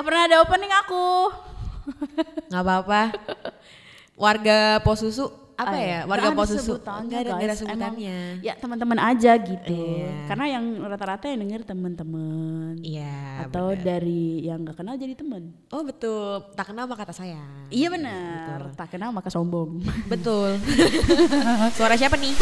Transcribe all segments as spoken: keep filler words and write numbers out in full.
Gak pernah ada opening aku. Gak apa-apa. Warga Posusu apa Ay, ya? Warga Posusu. Enggak ada, ada sebutannya. Emang, ya teman-teman aja gitu. Iya. Karena yang rata-rata yang denger teman-teman. Iya. Atau bener. dari yang gak kenal jadi teman. Oh betul. Tak kenal maka kata sayang. Iya benar. Tak kenal maka sombong. Betul. Suara siapa nih?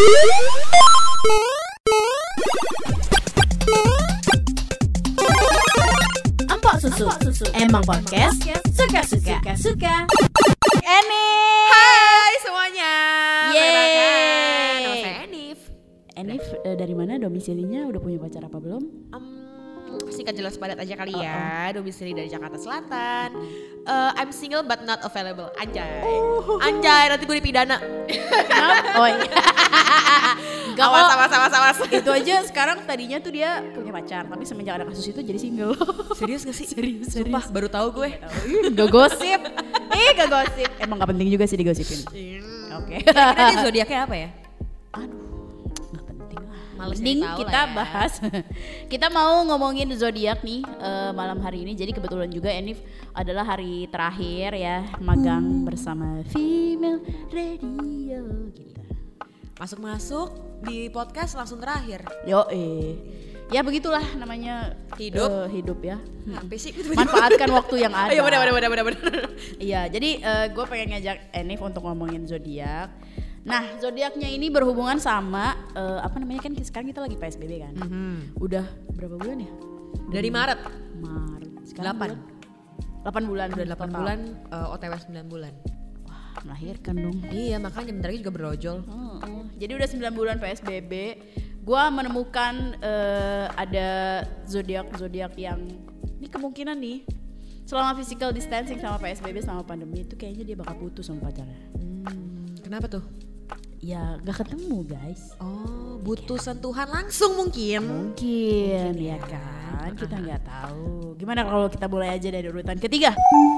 Empok susu. susu. Emang podcast suka-suka. Suka. Eni. Hai semuanya. Yeay. Perkenalkan, nama saya Enif. Enif uh, dari mana domisilinya? Udah punya pacar apa belum? Um, singkat jelas padat aja kali uh-uh. ya. Domisili dari Jakarta Selatan. Uh, I'm single but not available. Anjay. Uh. Anjay, nanti gue dipidana. Oh iya. Gak awas, awas, awas, awas. Itu aja sekarang tadinya tuh dia punya pacar, tapi semenjak ada kasus itu jadi single. Serius gak sih? Serius, Sumpah, serius. baru tahu gue. Gak gosip. Ih, gak gosip. Emang gak penting juga sih digosipin. Oke. Okay. Kira-kira dia zodiaknya apa ya? Aduh, gak penting lah. Males Mending kita ya. bahas. Kita mau ngomongin zodiak nih uh, malam hari ini. Jadi kebetulan juga Enif adalah hari terakhir ya magang hmm. bersama Female Radio gitu. Masuk-masuk di podcast langsung terakhir. Yo eh. Ya begitulah namanya hidup, uh, hidup ya. Apa sih? Manfaatkan waktu yang ada. Iya benar benar benar benar. Iya, jadi uh, gue pengen ngajak Enif untuk ngomongin zodiak. Nah, zodiaknya ini berhubungan sama uh, apa namanya kan sekarang kita lagi P S B B kan. Mm-hmm. Udah berapa bulan ya? Dari Maret. Maret. Sekarang delapan. delapan bulan. Udah delapan bulan, uh, O T W sembilan bulan. Melahirkan dong. Iya makanya bentar lagi juga berojol. Oh, oh. Jadi udah sembilan bulan P S B B. Gua menemukan uh, ada zodiak-zodiak yang ini kemungkinan nih selama physical distancing sama P S B B selama pandemi itu kayaknya dia bakal putus sama pacarnya. Hmm, kenapa tuh? Ya gak ketemu guys. Oh butuh sentuhan langsung mungkin. Mungkin, mungkin ya kan. Kita nggak tahu. Gimana kalau kita mulai aja dari urutan ketiga?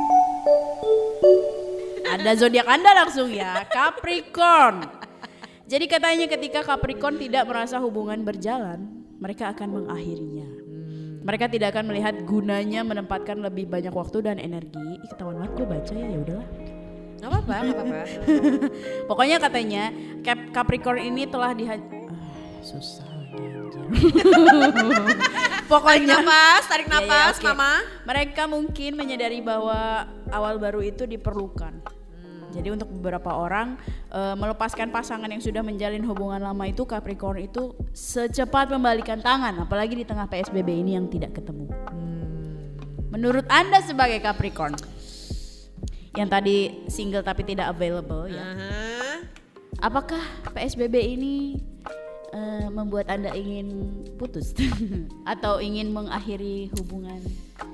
Ada zodiak Anda langsung ya, Capricorn. Jadi katanya ketika Capricorn tidak merasa hubungan berjalan, mereka akan mengakhirinya. Hmm. Mereka tidak akan melihat gunanya menempatkan lebih banyak waktu dan energi. Ih, ketahuan banget gue baca ya, ya udahlah. Gak apa-apa, gak apa-apa. Pokoknya katanya Capricorn ini telah di uh, susah anjir. Pokoknya tarik napas, tarik napas, ya, ya, okay. Mama. Mereka mungkin menyadari bahwa awal baru itu diperlukan. Jadi untuk beberapa orang uh, melepaskan pasangan yang sudah menjalin hubungan lama itu Capricorn itu secepat membalikan tangan, apalagi di tengah P S B B ini yang tidak ketemu. Hmm. Menurut Anda sebagai Capricorn yang tadi single tapi tidak available ya, uh-huh. apakah P S B B ini uh, membuat Anda ingin putus atau ingin mengakhiri hubungan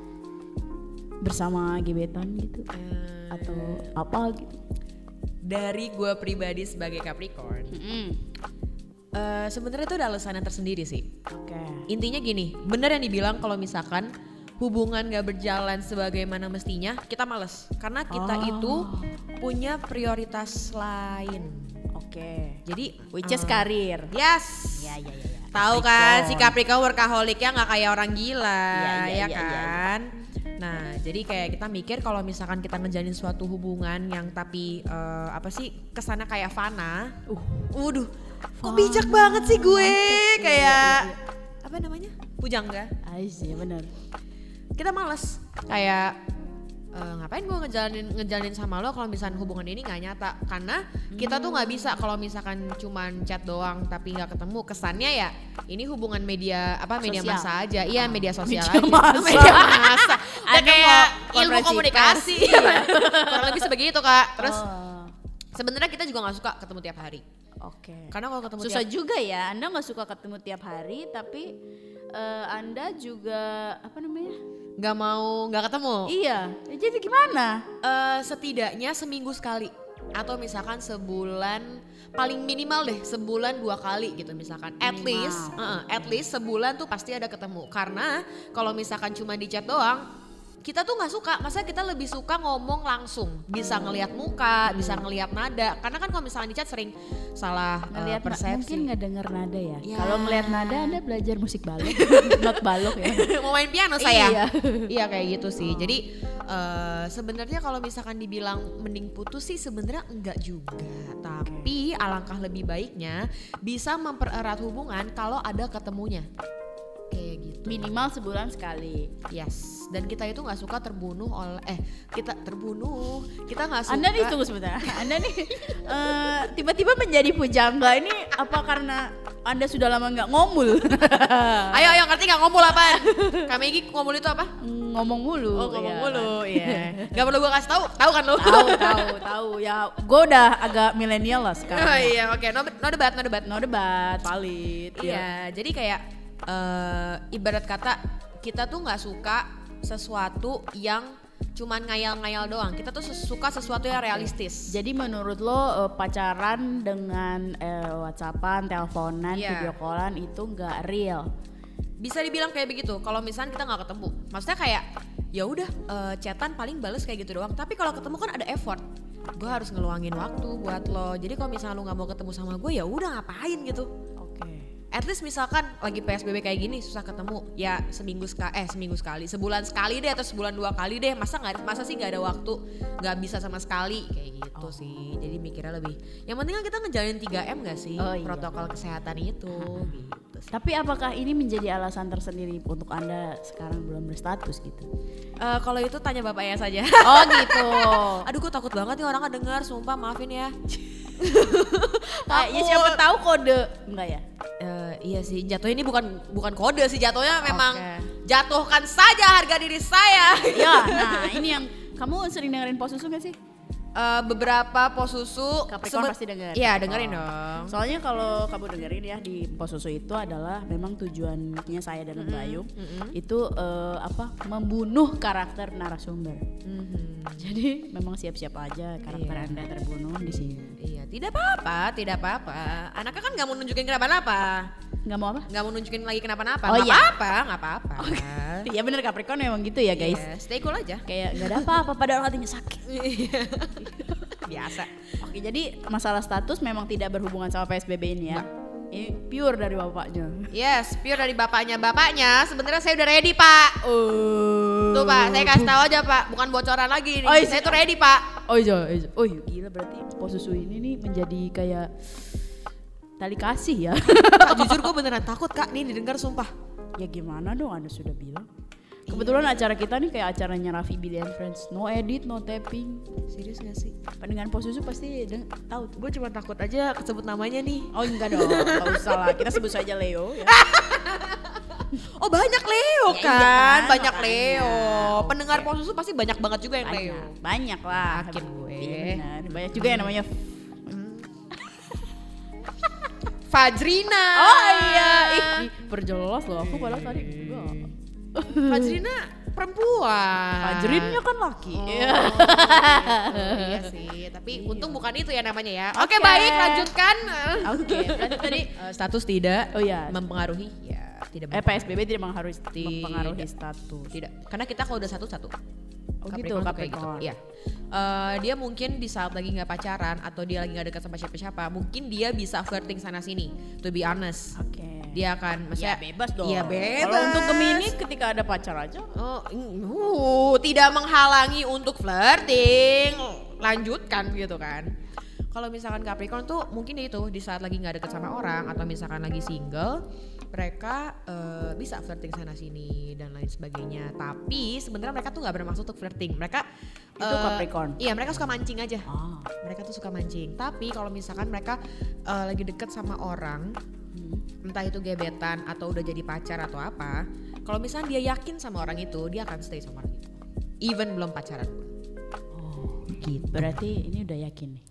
bersama gebetan gitu uh, atau apa gitu? Dari gue pribadi sebagai Capricorn, mm-hmm. uh, sebenarnya itu ada alasan yang tersendiri sih. Oke. Okay. Intinya gini, bener yang dibilang kalau misalkan hubungan gak berjalan sebagaimana mestinya, kita males karena kita oh. itu punya prioritas lain. Oke. Okay. Jadi which is uh, karir. Yes. Ya ya ya. ya. Tahu kan si Capricorn workaholicnya nggak kayak orang gila, ya, ya, ya kan. Ya, ya. Nah, jadi kayak kita mikir kalau misalkan kita ngejalin suatu hubungan yang tapi uh, apa sih kesana kayak fana, uh, waduh, kok bijak banget sih gue, Mantep, kayak iya, iya, iya. apa namanya, pujangga. Iya benar. Kita males, kayak uh, ngapain gue ngejalanin ngejalanin sama lo kalau misalkan hubungan ini nggak nyata, karena kita tuh nggak bisa kalau misalkan cuman chat doang tapi nggak ketemu, kesannya ya ini hubungan media apa media sosial. massa aja, iya oh. media sosial media aja, massa. media massa. Ada kayak ilmu komunikasi, iya. kurang lebih sebegitu kak. Terus oh. sebenarnya kita juga nggak suka ketemu tiap hari. Oke. Okay. Karena kalau ketemu susah tiap... juga ya, Anda nggak suka ketemu tiap hari, tapi uh, Anda juga apa namanya? Nggak mau nggak ketemu. Iya. Jadi gimana? Uh, setidaknya seminggu sekali. Atau misalkan sebulan, paling minimal deh sebulan dua kali gitu misalkan. At minimal. least, uh, at least sebulan tuh pasti ada ketemu. Karena kalau misalkan cuma di chat doang, kita tuh nggak suka, masa kita lebih suka ngomong langsung, bisa ngelihat muka, hmm. bisa ngelihat nada. Karena kan kalau misalnya di chat sering salah ngelihat uh, persepsi. Mungkin nggak denger nada ya. ya. Kalau ngelihat nada, Anda belajar musik balok, not balok ya. Mau main piano saya. Iya, iya kayak gitu sih. Oh. Jadi uh, sebenarnya kalau misalkan dibilang mending putus sih sebenarnya enggak juga. Tapi alangkah lebih baiknya bisa mempererat hubungan kalau ada ketemunya. Kayak gitu. Minimal sebulan sekali. Yes. Dan kita itu nggak suka terbunuh oleh eh kita terbunuh. Kita nggak suka. Anda nih tunggu sebentar. Anda nih uh, tiba-tiba menjadi pujangga ini apa karena Anda sudah lama nggak ngomul? ayo ayo ngerti nggak ngomul apaan? Kami ini ngomul itu apa? Ngomong mulu. Oh ngomong ya. mulu. Iya. Yeah. Gak perlu gue kasih tahu. Tahu kan lo? Tahu tahu tahu. Ya gue udah agak milenial lah sekarang. Oh iya oke. Okay. No, no debat no debat no debat valid. Iya. Yeah. Jadi kayak Uh, ibarat kata kita tuh nggak suka sesuatu yang cuman ngayal-ngayal doang. Kita tuh suka sesuatu yang realistis. Jadi menurut lo uh, pacaran dengan uh, WhatsAppan, teleponan, yeah. video callan itu nggak real? Bisa dibilang kayak begitu. Kalau misalnya kita nggak ketemu, maksudnya kayak ya udah uh, chatan paling bales kayak gitu doang. Tapi kalau ketemu kan ada effort. Gue harus ngeluangin waktu buat lo. Jadi kalau misalnya lo nggak mau ketemu sama gue ya udah ngapain gitu. Oke. Okay. At least misalkan lagi P S B B kayak gini susah ketemu ya seminggu sekali eh seminggu sekali sebulan sekali deh atau sebulan dua kali deh masa nggak masa sih nggak ada waktu nggak bisa sama sekali kayak gitu oh. sih jadi mikirnya lebih yang penting kan kita ngejalanin tiga M nggak sih oh, iya. protokol kesehatan itu gitu sih. Tapi apakah ini menjadi alasan tersendiri untuk Anda sekarang belum berstatus gitu? Uh, kalau itu tanya bapaknya saja. Oh gitu. Aduh gue takut banget nih orang ngedengar sumpah maafin ya. Nah, ya siapa tahu kode enggak ya? Uh, iya sih jatuhnya ini bukan bukan kode sih jatuhnya memang okay. Jatuhkan saja harga diri saya. Ya, nah ini yang kamu sering dengerin Pos Susu gak sih? Uh, beberapa Pos Susu Capricorn sebe- pasti denger. Iya dengerin oh. dong. Soalnya kalau kamu dengerin ya di Pos Susu itu adalah memang tujuannya saya dan mm-hmm. Bayu mm-hmm. itu uh, apa membunuh karakter narasumber. Mm-hmm. Jadi memang siap-siap aja karakter iya. Anda terbunuh di sini. Iya tidak apa-apa, tidak apa-apa. Anaknya kan nggak mau nunjukin kenapa-napa. Nggak mau apa? Nggak mau nunjukin lagi kenapa-napa. Oh, nggak iya. apa-apa, nggak apa-apa. Iya bener Capricorn memang gitu ya guys. Yeah, stay cool aja. Kayak nggak ada apa-apa padahal hatinya sakit. Biasa. Oke jadi masalah status memang tidak berhubungan sama P S B B ini ya. Nah. Ini pure dari bapaknya. Yes, pure dari bapaknya. Bapaknya sebenarnya saya udah ready pak. Uh. Tuh pak, saya kasih tahu aja pak, bukan bocoran lagi nih. Oh, saya tuh ready pak. Oh iya, iya. Oh iya, gila berarti Pos Susu ini nih menjadi kayak tali kasih ya. Kak, jujur gue beneran takut kak, nih didengar sumpah. Ya gimana dong, Anda sudah bilang. Kebetulan iya. acara kita nih kayak acaranya Raffi, Billy and Friends. No edit, no tapping. Serius gak sih? Pendengar Pos Susu pasti deng- tahu. Gue cuma takut aja kesebut namanya nih. Oh enggak dong, gak usah lah. Kita sebut saja Leo ya. Oh banyak Leo ya, kan, iya kan banyak makanya. Leo. Pendengar Pos Susu pasti banyak banget juga yang banyak, Leo. Banyak lah. Yakin gue. Benar. Banyak juga yang namanya Fajrina. Oh iya, ih, perjelas loh. Aku padahal tadi enggak. Fajrina perempuan. Fajrinnya kan laki. Oh, gitu. Iya sih, tapi iya. Untung bukan itu ya namanya ya. Oke, okay, okay, baik lanjutkan. Oke, okay, lanjut tadi uh, status tidak oh, iya. mempengaruhi ya, tidak eh P S B B tidak mempengaruhi mempengaruhi status. Tidak. Karena kita kalau udah satu-satu. Oh gitu, kayak gitu. Iya. Uh, dia mungkin di saat lagi nggak pacaran atau dia lagi nggak dekat sama siapa-siapa, mungkin dia bisa flirting sana sini. To be honest. Oke. Okay. Dia akan, maksudnya ya bebas dong. Iya bebas. Kalau untuk Gemini ketika ada pacar aja. Oh, uh, tidak menghalangi untuk flirting. Lanjutkan gitu kan. Kalau misalkan Capricorn tuh mungkin itu di saat lagi nggak deket sama orang atau misalkan lagi single, mereka uh, bisa flirting sana sini dan lain sebagainya. Tapi sebenarnya mereka tuh nggak bermaksud untuk flirting. Mereka itu uh, Capricorn. Iya mereka suka mancing aja. Ah. Mereka tuh suka mancing. Tapi kalau misalkan mereka uh, lagi deket sama orang, hmm. entah itu gebetan atau udah jadi pacar atau apa, kalau misalnya dia yakin sama orang itu, dia akan stay sama orang itu. Even belum pacaran pun. Oh, gitu. Berarti ini udah yakin nih.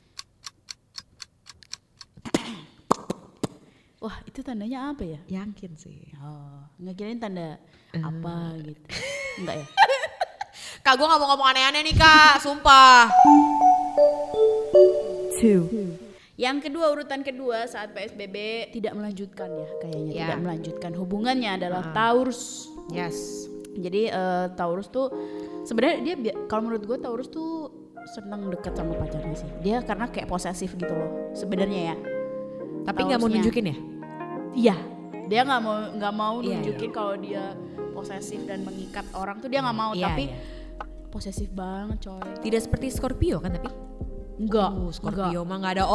Wah itu tandanya apa ya? Yakin sih. Oh, nggak kirain tanda uh. apa gitu. Enggak ya? Kak gue gak mau ngomong aneh-aneh nih kak, sumpah. Two. Yang kedua urutan kedua saat P S B B tidak melanjutkan ya kayaknya. Yeah. Tidak melanjutkan hubungannya adalah uh. Taurus. Yes. Jadi uh, Taurus tuh sebenarnya dia kalau menurut gue Taurus tuh seneng deket sama pacarnya sih. Dia karena kayak posesif gitu loh sebenarnya ya. Tapi nggak mau nunjukin ya? Iya, dia nggak mau nggak mau Iya, nunjukin iya. kalau dia posesif dan mengikat orang tuh dia nggak mau. Iya, Tapi iya. posesif banget coy. Tidak seperti Scorpio kan tapi? Enggak, Uh, Scorpio enggak. mah nggak ada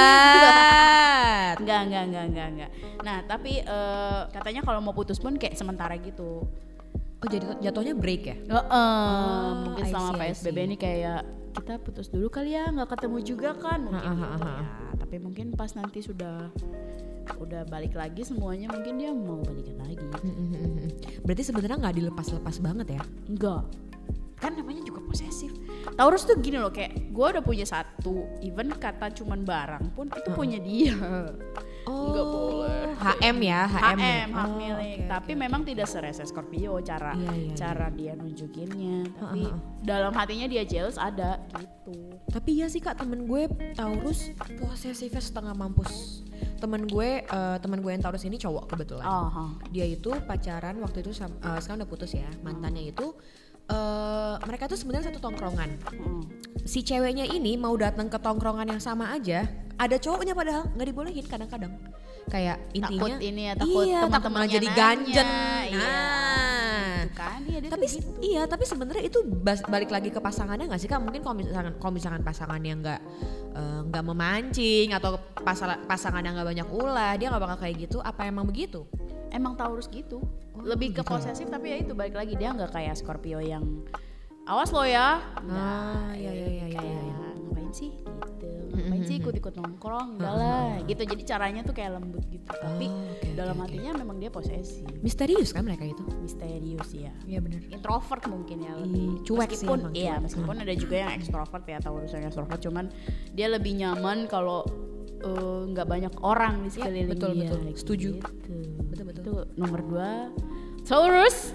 obat. Enggak, enggak, enggak, enggak, enggak. Nah, tapi uh, katanya kalau mau putus pun kayak sementara gitu. Oh jadi jatuhnya break ya? Uh, Oh, mungkin I sama see, I P S B B see. ini kayak kita putus dulu kali ya, nggak ketemu juga kan mungkin Ha, ha, gitu ha, ha. ya. Tapi mungkin pas nanti sudah udah balik lagi semuanya mungkin dia mau balikan lagi. Berarti sebenarnya nggak dilepas-lepas banget ya? Enggak. Kan namanya juga posesif. Taurus tuh gini loh, kayak gue udah punya satu, even kata cuman barang pun itu punya dia. Oh, Nggak boleh. H M ya, H M. H ya? M, hak Oh, milik. oke, Tapi oke, memang oke. tidak serese Scorpio cara Iya, iya, cara dia nunjukinnya. Tapi Ha, ha, dalam hatinya dia jealous ada gitu. Tapi ya sih kak, temen gue Taurus posesifnya setengah mampus. Temen gue, eh, temen gue yang Taurus ini cowok kebetulan. Oh, ha. Dia itu pacaran waktu itu, sam- eh, sekarang udah putus ya. Mantannya itu, eh, mereka tuh sebenarnya satu tongkrongan. Mm. Si ceweknya ini mau datang ke tongkrongan yang sama aja, ada cowoknya padahal nggak dibolehin kadang-kadang. Kayak intinya, Takut ini ya, takut iya, takut malah teman-temannya jadi nanya. ganjen. Iya. Nah, Tuh kan, iya, dia tapi tuh gitu. iya, tapi sebenarnya itu bas- balik lagi ke pasangannya nggak sih kak? Mungkin kalau misalkan kalau misalkan pasangannya nggak eh, nggak memancing atau pasal- pasangan yang nggak banyak ulah, dia nggak bakal kayak gitu. Apa emang begitu? Emang Taurus gitu. Oh, Lebih ke gitu ya? posesif tapi ya itu balik lagi dia nggak kayak Scorpio yang awas lo ya. Ah, iya, iya, iya, iya, kayak iya. ngapain sih gitu. Ngapain sih ikut-ikut nongkrong, enggak lah gitu. Jadi caranya tuh kayak lembut gitu. Tapi Oh, oke, dalam oke, oke. hatinya memang dia posesif. Misterius kan mereka itu? Misterius ya. Iya benar. Introvert mungkin ya Ih, lebih. cuek sih meskipun emang, iya cuek. meskipun ada juga yang ekstrovert ya, Taurus yang ekstrovert, cuman dia lebih nyaman kalau eh, nggak banyak orang di sekeliling betul, dia. betul. Setuju. Gitu. Betul, betul. Itu nomor dua Taurus.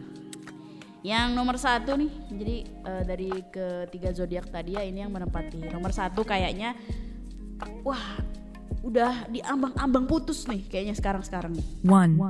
Yang nomor satu nih, jadi eh, dari ketiga zodiak tadi ya ini yang menempati nomor satu kayaknya, wah udah di ambang-ambang putus nih kayaknya sekarang-sekarang nih. One.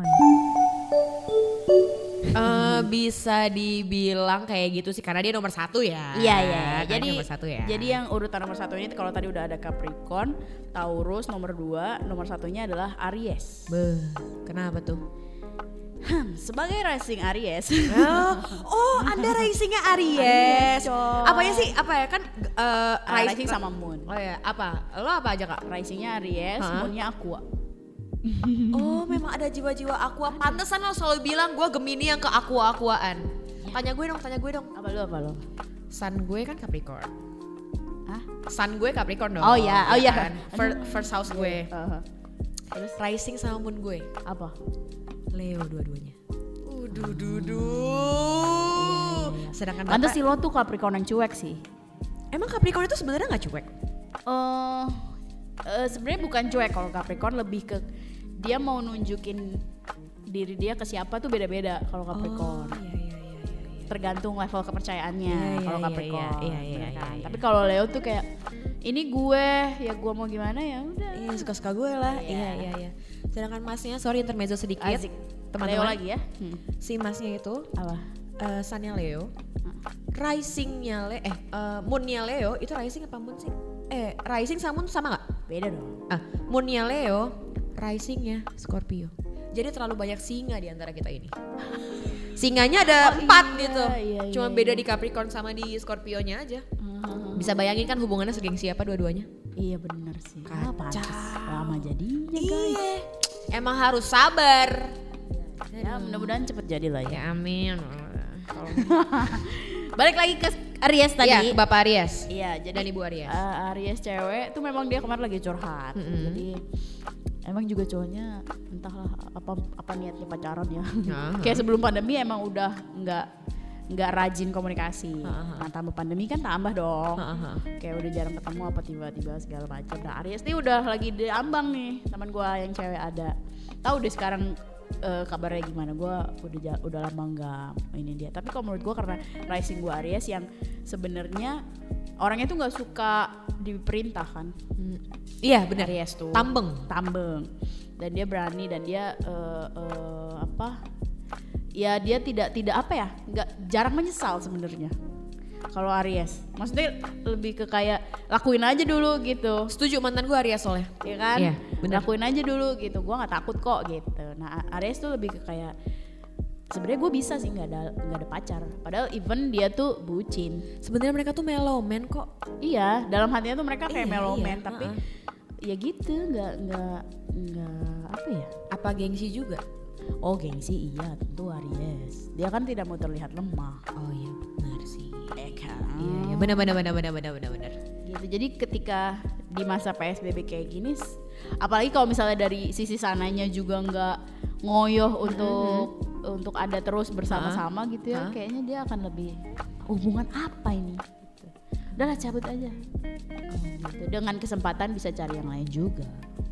Eh, bisa dibilang kayak gitu sih karena dia nomor satu ya. Iya iya. Karena Jadi dia nomor satu ya. Jadi yang urutan nomor satu ini kalau tadi udah ada Capricorn, Taurus nomor dua, nomor satunya adalah Aries. Beuh, kenapa tuh? Hmm, sebagai rising Aries. Oh, oh Anda racingnya Aries. Aries, coy. Apanya sih? Apa ya kan? eh, Ah, ris- rising sama Moon. Oh ya, apa? Lo apa aja kak? Risingnya Aries, Hah? Moonnya Aqua. Oh, memang ada jiwa-jiwa aqua. Pantesan lo selalu bilang gue Gemini yang ke aqua-aquaan. Tanya gue dong, tanya gue dong. Apa lu apa lu? Sun gue kan Capricorn. Hah? Sun gue Capricorn dong. Oh ya, oh ya. kan? Fir- First house gue. Uh-huh. Terus rising sama moon gue. Apa? Leo dua-duanya. Uduh, dudu. Sedangkan Pantes Bapak- sih lo tuh Capricorn yang cuek sih. emang Capricorn itu sebenarnya nggak cuek? Eh eh, sebenarnya bukan cuek kalau Capricorn, lebih ke dia mau nunjukin diri dia ke siapa tuh beda-beda kalau Capricorn. Oh, iya, iya, iya, iya, iya. Tergantung level kepercayaannya Iya, iya, kalau iya, Capricorn. iya, iya, ya iya, kan? iya. Tapi kalau Leo tuh kayak ini gue, ya gue mau gimana ya udah. Iya, suka-suka gue lah. Iya. Iya, iya, iya. Sedangkan masnya, sorry intermezzo sedikit. Asik. Teman-teman. Leo lagi ya. Hmm. Si masnya itu Apa? eh sunnya Leo, risingnya Le, eh eh, moonnya Leo itu rising apa moon sih? Eh rising sama moon sama nggak? Beda dong. Ah, moonnya Leo, risingnya Scorpio. Jadi terlalu banyak singa di antara kita ini. Singanya ada Oh, empat iya, gitu. iya, Cuma iya, beda iya. di Capricorn sama di Scorpio-nya aja. Hmm. Bisa bayangin kan hubungannya segengsi apa dua-duanya? Iya bener sih. Ah, Kacau. pantes. Lama jadinya guys. Iya. Emang harus sabar. Ya mudah-mudahan cepet jadi lah ya. Ya amin. Balik lagi ke Aries tadi. Iya, Bapak Aries. Iya, jadi Dan Ibu Aries. uh, Aries cewek tuh memang dia kemarin lagi curhat. Mm-mm. Jadi emang juga cowoknya entahlah apa apa niatnya pacaran ya. Aha. Kayak sebelum pandemi emang udah nggak nggak rajin komunikasi. Aha. Nah tambah pandemi kan tambah dong. Aha. Kayak udah jarang ketemu apa tiba-tiba segala macam. Nah Aries nih udah lagi di ambang nih, teman gua yang cewek ada. Tahu deh sekarang eh, kabarnya gimana. Gua udah ja- udah lama nggak ini dia. Tapi kalau menurut gua karena rising gua Aries yang sebenarnya orangnya tuh nggak suka diperintah kan. Hmm. Iya benar. Aries tuh Tambeng. tambeng, dan dia berani dan dia eh, eh, apa ya dia tidak tidak apa ya, nggak jarang menyesal sebenarnya. Kalau Aries, maksudnya lebih ke kayak lakuin aja dulu gitu. Setuju, mantan gue Aries soalnya. Iya kan? Iya, bener. Lakuin aja dulu gitu. Gue nggak takut kok gitu. Nah Aries tuh lebih ke kayak sebenarnya gue bisa sih nggak ada nggak ada pacar. Padahal even dia tuh bucin. Sebenarnya mereka tuh mellow man kok. Iya, dalam hatinya tuh mereka kayak Iya, mellow iya, man, tapi uh-uh. ya gitu, nggak nggak nggak apa ya? Apa gengsi juga? Oh gengsi iya tentu Aries. Dia kan tidak mau terlihat lemah. Oh iya benar sih. Eh kan. Iya, iya. benar benar benar benar benar benar benar. Gitu. Jadi ketika di masa P S B B kayak gini, apalagi kalau misalnya dari sisi sananya juga nggak ngoyoh untuk mm-hmm. untuk ada terus bersama-sama huh? gitu ya, huh? kayaknya dia akan lebih hubungan apa ini? Gitu. Udahlah cabut aja. Oh, gitu. Dengan kesempatan bisa cari yang lain juga.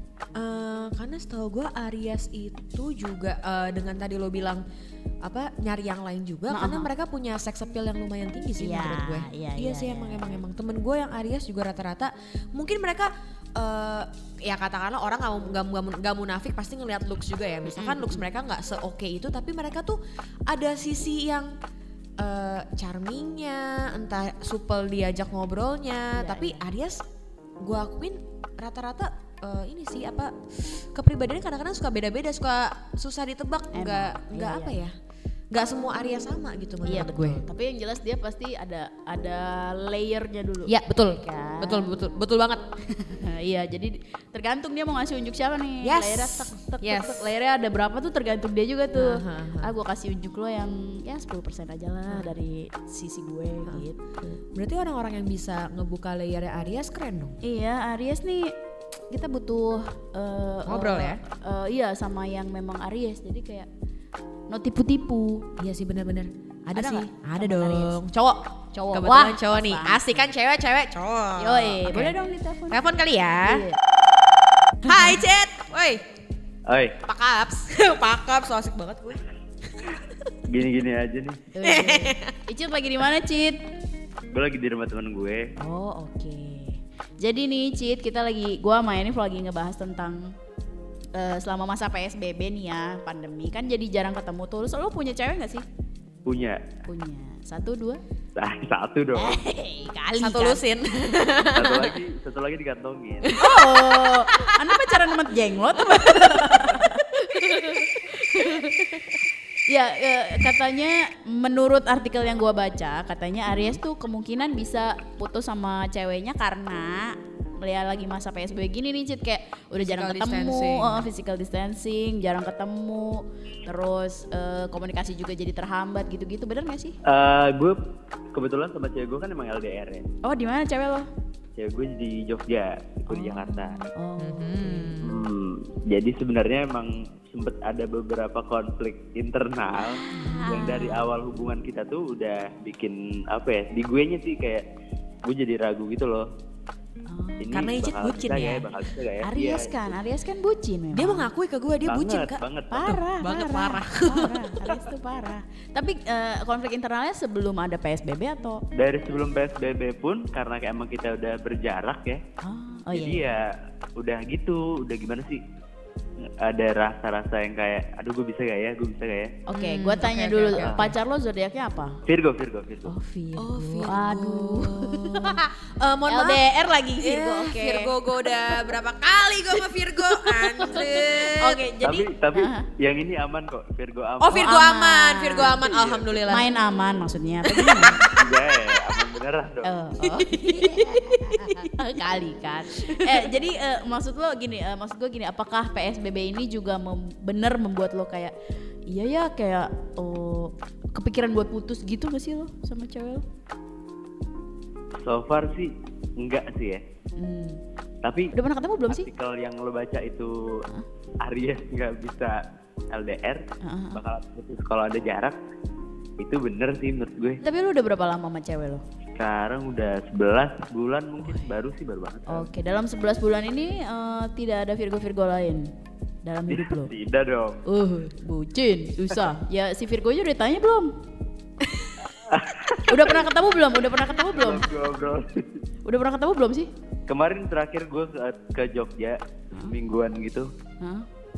Uh, karena setahu gue Aries itu juga uh, dengan tadi lo bilang apa nyari yang lain juga nah, karena uh-huh. mereka punya sex appeal yang lumayan tinggi sih yeah, menurut gue. Yeah, iya yeah, sih yeah. emang emang emang temen gue yang Aries juga rata-rata mungkin mereka uh, ya katakanlah orang nggak nggak munafik pasti ngelihat looks juga ya. Misalkan mm-hmm. looks mereka nggak se-oke itu tapi mereka tuh ada sisi yang uh, charmingnya, entah supel diajak ngobrolnya. Yeah, tapi yeah. Aries gue akuin rata-rata Uh, ini sih apa kepribadiannya kadang-kadang suka beda-beda, suka susah ditebak, nggak nggak iya, apa iya. ya, nggak semua Aries sama gitu menurut iya, gue. Tapi yang jelas dia pasti ada ada layernya dulu. Iya betul, kan? betul betul betul banget. Iya jadi tergantung dia mau ngasih unjuk siapa nih. Yes. Layernya tek tek yes. tek layernya ada berapa tuh tergantung dia juga tuh. Uh, uh, uh. Ah gue kasih unjuk lo yang ya sepuluh persen aja lah uh. dari sisi gue uh. gitu. Berarti orang-orang yang bisa ngebuka layernya Aries keren dong. Iya Aries nih kita butuh uh, ngobrol uh, ya uh, iya sama yang memang Aries jadi kayak no tipu-tipu. Iya sih benar-benar ada, ada sih gak? Ada dong Aries. cowok cowok kebetulan wah, cowok nih asik kan cewek-cewek cowok yoi okay. Boleh dong ditelepon telepon kali ya iya. Hai Cet woi Oi Pakaps Pakaps so asik banget gue gini-gini aja nih. Icit lagi di mana Cit? Gue lagi di rumah teman gue. Oh oke okay. Jadi nih Cit, kita lagi, gua sama ini lagi ngebahas tentang uh, selama masa P S B B nih ya, pandemi kan jadi jarang ketemu tuh. Lo punya cewek gak sih? Punya. Punya. Satu, dua? Nah, satu dong. Hey, kali satu kan? lusin. Satu lagi, satu lagi dikantongin. Oh, Anda pacaran sama jenglot? Ya, ya katanya menurut artikel yang gua baca katanya Aries tuh kemungkinan bisa putus sama ceweknya karena ya lagi masa P S B B gini nih Cit kayak udah physical jarang ketemu, uh, physical distancing, jarang ketemu, terus uh, komunikasi juga jadi terhambat gitu-gitu, bener nggak sih? Uh, gue kebetulan sama cewek gue kan emang L D R ya. Oh di mana cewek lo? Cewek gue di Jogja, gue oh. di Jakarta. Oh. Hmm. Hmm, jadi sebenarnya emang sempet ada beberapa konflik internal ah. yang dari awal hubungan kita tuh udah bikin apa ya? Di gue nya sih kayak gue jadi ragu gitu loh. Oh, ini karena Icit bucin ya, ya bakal bisa gak ya? Aries ya, kan, itu. Aries kan bucin memang. Dia mengakui ke gue dia banget, bucin kak. Banget, parah, banget, parah, parah. parah. Aries tuh parah. Tapi uh, konflik internalnya sebelum ada P S B B atau? Dari sebelum P S B B pun karena kayak emang kita udah berjarak ya. Oh, oh jadi iya. ya udah gitu, udah gimana sih? Ada rasa-rasa yang kayak, aduh gue bisa gak ya, gue bisa gak ya? Oke, okay, hmm, gue tanya okay, dulu, okay, okay. pacar lo zodiaknya apa? Virgo, Virgo, Virgo. Oh Virgo, oh, Virgo. aduh. uh, mohon L D R maaf. lagi Virgo, yeah, oke. Okay. Virgo gue udah berapa kali gue sama Virgo, anjir. Oke, okay, jadi. Tapi, tapi uh-huh. yang ini aman kok, Virgo aman. Oh Virgo oh, aman. aman, Virgo aman, iya. alhamdulillah. Main aman maksudnya, apa gimana? Iya, aman beneran dong. Oh, oh. Kali kan. Eh jadi uh, maksud lo gini, uh, maksud gue gini, apakah P S B B ini juga mem- bener membuat lo kayak iya ya kayak oh, kepikiran buat putus gitu gak sih lo sama cewek lo? So far sih enggak sih ya. Hmm. Tapi udah pernah ketemu belum sih? Artikel yang lo baca itu huh? Aries nggak bisa L D R, uh-huh. bakal putus kalau ada jarak. Itu bener sih menurut gue. Tapi lu udah berapa lama sama cewek lo? Sekarang udah sebelas bulan mungkin. Oh. Baru sih baru banget. Oke, dalam sebelas bulan ini uh, tidak ada Virgo-Virgo lain dalam hidup lo? Tidak dong. Uh, bucin, susah. Ya si Virgo aja udah tanya belum? Udah pernah ketemu belum? Udah pernah ketemu belum? Udah pernah ketemu belum sih? Kemarin terakhir gue ke, ke Jogja, huh? semingguan gitu. Huh?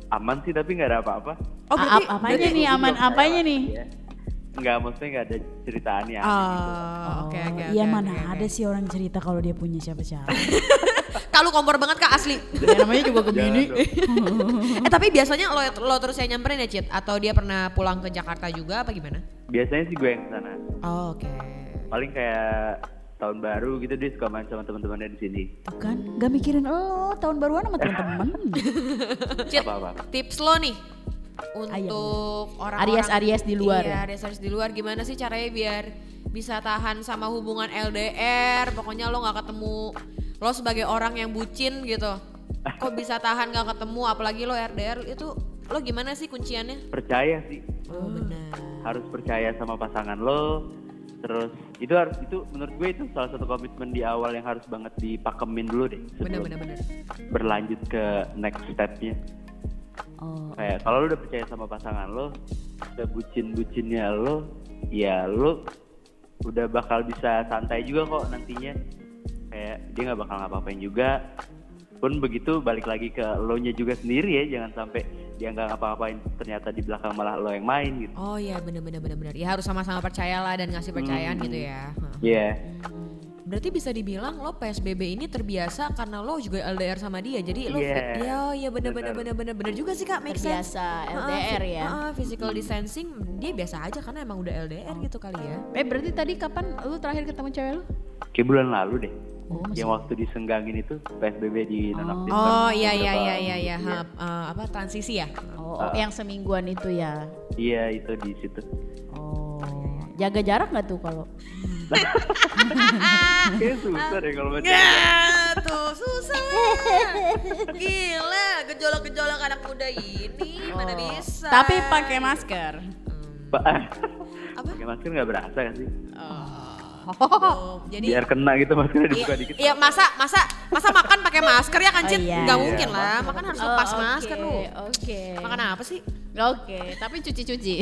aman sih tapi nggak ada apa-apa. Oh, berarti, A- apanya berarti- nih aman apanya nih? Ya. Nggak, maksudnya nggak ada ceritaannya. Oh, oke oke. Iya oke, mana oke, oke. ada sih orang cerita kalau dia punya siapa-siapa. Kalau kompor banget Kak asli. Ya, namanya juga Gemini. eh tapi biasanya lo lo terus yang nyamperin ya Cit? Atau dia pernah pulang ke Jakarta juga apa gimana? Biasanya sih gue yang kesana. Oh, oke. Paling kayak tahun baru gitu dia suka main sama teman-temannya di sini. Tuh kan, nggak mikirin oh tahun baruan sama teman-teman. Cit, Apa-apa. tips lo nih untuk Ayo, orang-orang Aries-Aries di luar Iya, ya? Aries-Aries di luar gimana sih caranya biar bisa tahan sama hubungan L D R? Pokoknya lo nggak ketemu, lo sebagai orang yang bucin gitu. Kok bisa tahan nggak ketemu? Apalagi lo R D R itu lo gimana sih kunciannya? Percaya sih. Oh benar. Harus percaya sama pasangan lo. Terus itu harus itu menurut gue itu salah satu komitmen di awal yang harus banget dipakemin dulu deh. Benar sebelum benar benar. Berlanjut ke next stepnya. Oh. Kayak kalau lo udah percaya sama pasangan lo, udah bucin-bucinnya lo, ya lo udah bakal bisa santai juga kok nantinya. Kayak dia nggak bakal ngapa-ngapain juga. Pun begitu balik lagi ke lo nya juga sendiri ya, jangan sampai dia nggak ngapa-ngapain ternyata di belakang malah lo yang main gitu. Oh iya benar benar benar benar. Ya harus sama-sama percayalah dan ngasih percayaan Hmm. gitu ya. Iya. Berarti bisa dibilang lo P S B B ini terbiasa karena lo juga L D R sama dia. Jadi lo Iya. ya iya benar benar Benar. benar benar benar juga sih Kak, make sense. Terbiasa L D R ya. Heeh, physical distancing dia biasa aja karena emang udah L D R gitu kali ya. Eh berarti tadi kapan lu terakhir ketemu cewek lu? Kayak bulan lalu deh. Oh, masih- yang waktu disenggangin itu P S B B di nonaktifkan. Oh iya iya beberapa iya iya iya, minggu. ha, eh, apa transisi ya? Oh, oh, yang semingguan itu ya. Iya itu di situ. Oh. Jaga jarak nggak tuh kalau? Kayaknya susah deh kalau baca. Nggak tuh susah. Gila gejolak-gejolak anak muda ini mana bisa. Tapi pakai masker. Pak, Apa? pakai masker nggak berasa kan sih? Oh, jadi Biar kena gitu maskernya dibuka Iya, dikit. iya masa masa masa makan pakai masker ya kan Cit? Oh, iya. Nggak Iya, mungkin lah, masker. makan harus Oh, lepas oke, masker lu. Oke. Makan apa sih? Oke, tapi cuci-cuci.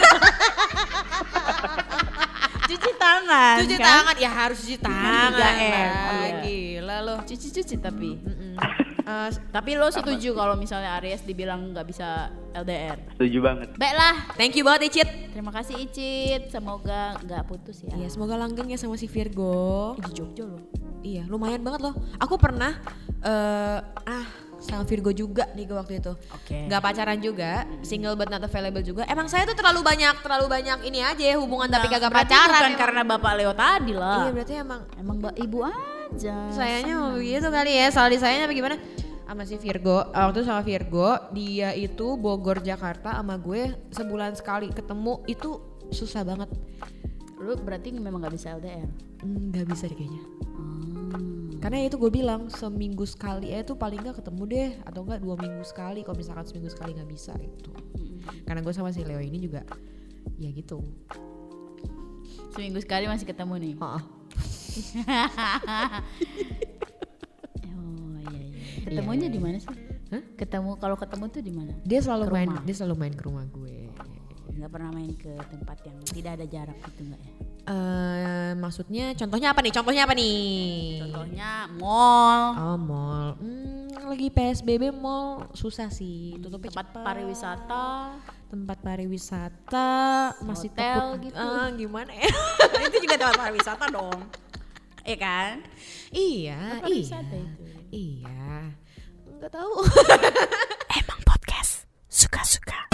Cuci tangan. Cuci kan? tangan, ya harus cuci tangan tiga M, lah. iya. Gila lo. Cuci-cuci tapi. Mm-mm. Eh, Tapi lo setuju kalau misalnya Aries dibilang nggak bisa L D R? Setuju banget. Baiklah. thank you banget Icit. Terima kasih Icit. Semoga nggak putus ya. Iya, semoga langgeng ya sama si Virgo. Di Jogja loh. Iya, lumayan banget loh. Aku pernah eh ah sama Virgo juga nih gue waktu itu. Oke. Nggak pacaran juga, single but not available juga. Emang saya tuh terlalu banyak, terlalu banyak ini aja ya, hubungan tapi kagak Berarti pacaran. bukan emang. karena Bapak Leo tadi lah. Iya, berarti emang Emang Mbak Ibu aja. sayanya mau begitu kali ya. Soal disayanya apa gimana? Sama si Virgo, eh, waktu itu sama Virgo, dia itu Bogor Jakarta sama gue sebulan sekali ketemu itu susah banget. Lu berarti memang nggak bisa L D R. Nggak bisa deh kayaknya. Hmm. Karena ya itu gue bilang seminggu sekali ya itu paling nggak ketemu deh atau enggak dua minggu sekali kalau misalkan seminggu sekali nggak bisa gitu. Karena gue sama si Leo ini juga ya gitu. Seminggu sekali masih ketemu nih. Heeh. Oh iya iya. Ketemunya Iya, di mana sih? Hah? Ketemu kalau ketemu tuh di mana? Dia selalu Ke main rumah. dia selalu main ke rumah gue. Nggak pernah main ke tempat yang tidak ada jarak gitu nggak ya? Eh maksudnya contohnya apa nih? Contohnya apa nih? Contohnya mall, Oh mall, hmm, lagi P S B B mall susah sih, tutupnya tempat cepat. pariwisata. tempat pariwisata masih Hotel takut gitu. Ah, gimana ya? Itu juga tempat pariwisata dong. Iya kan? Iya, Tempat pariwisata iya, itu. iya. Nggak tahu. Emang podcast suka-suka.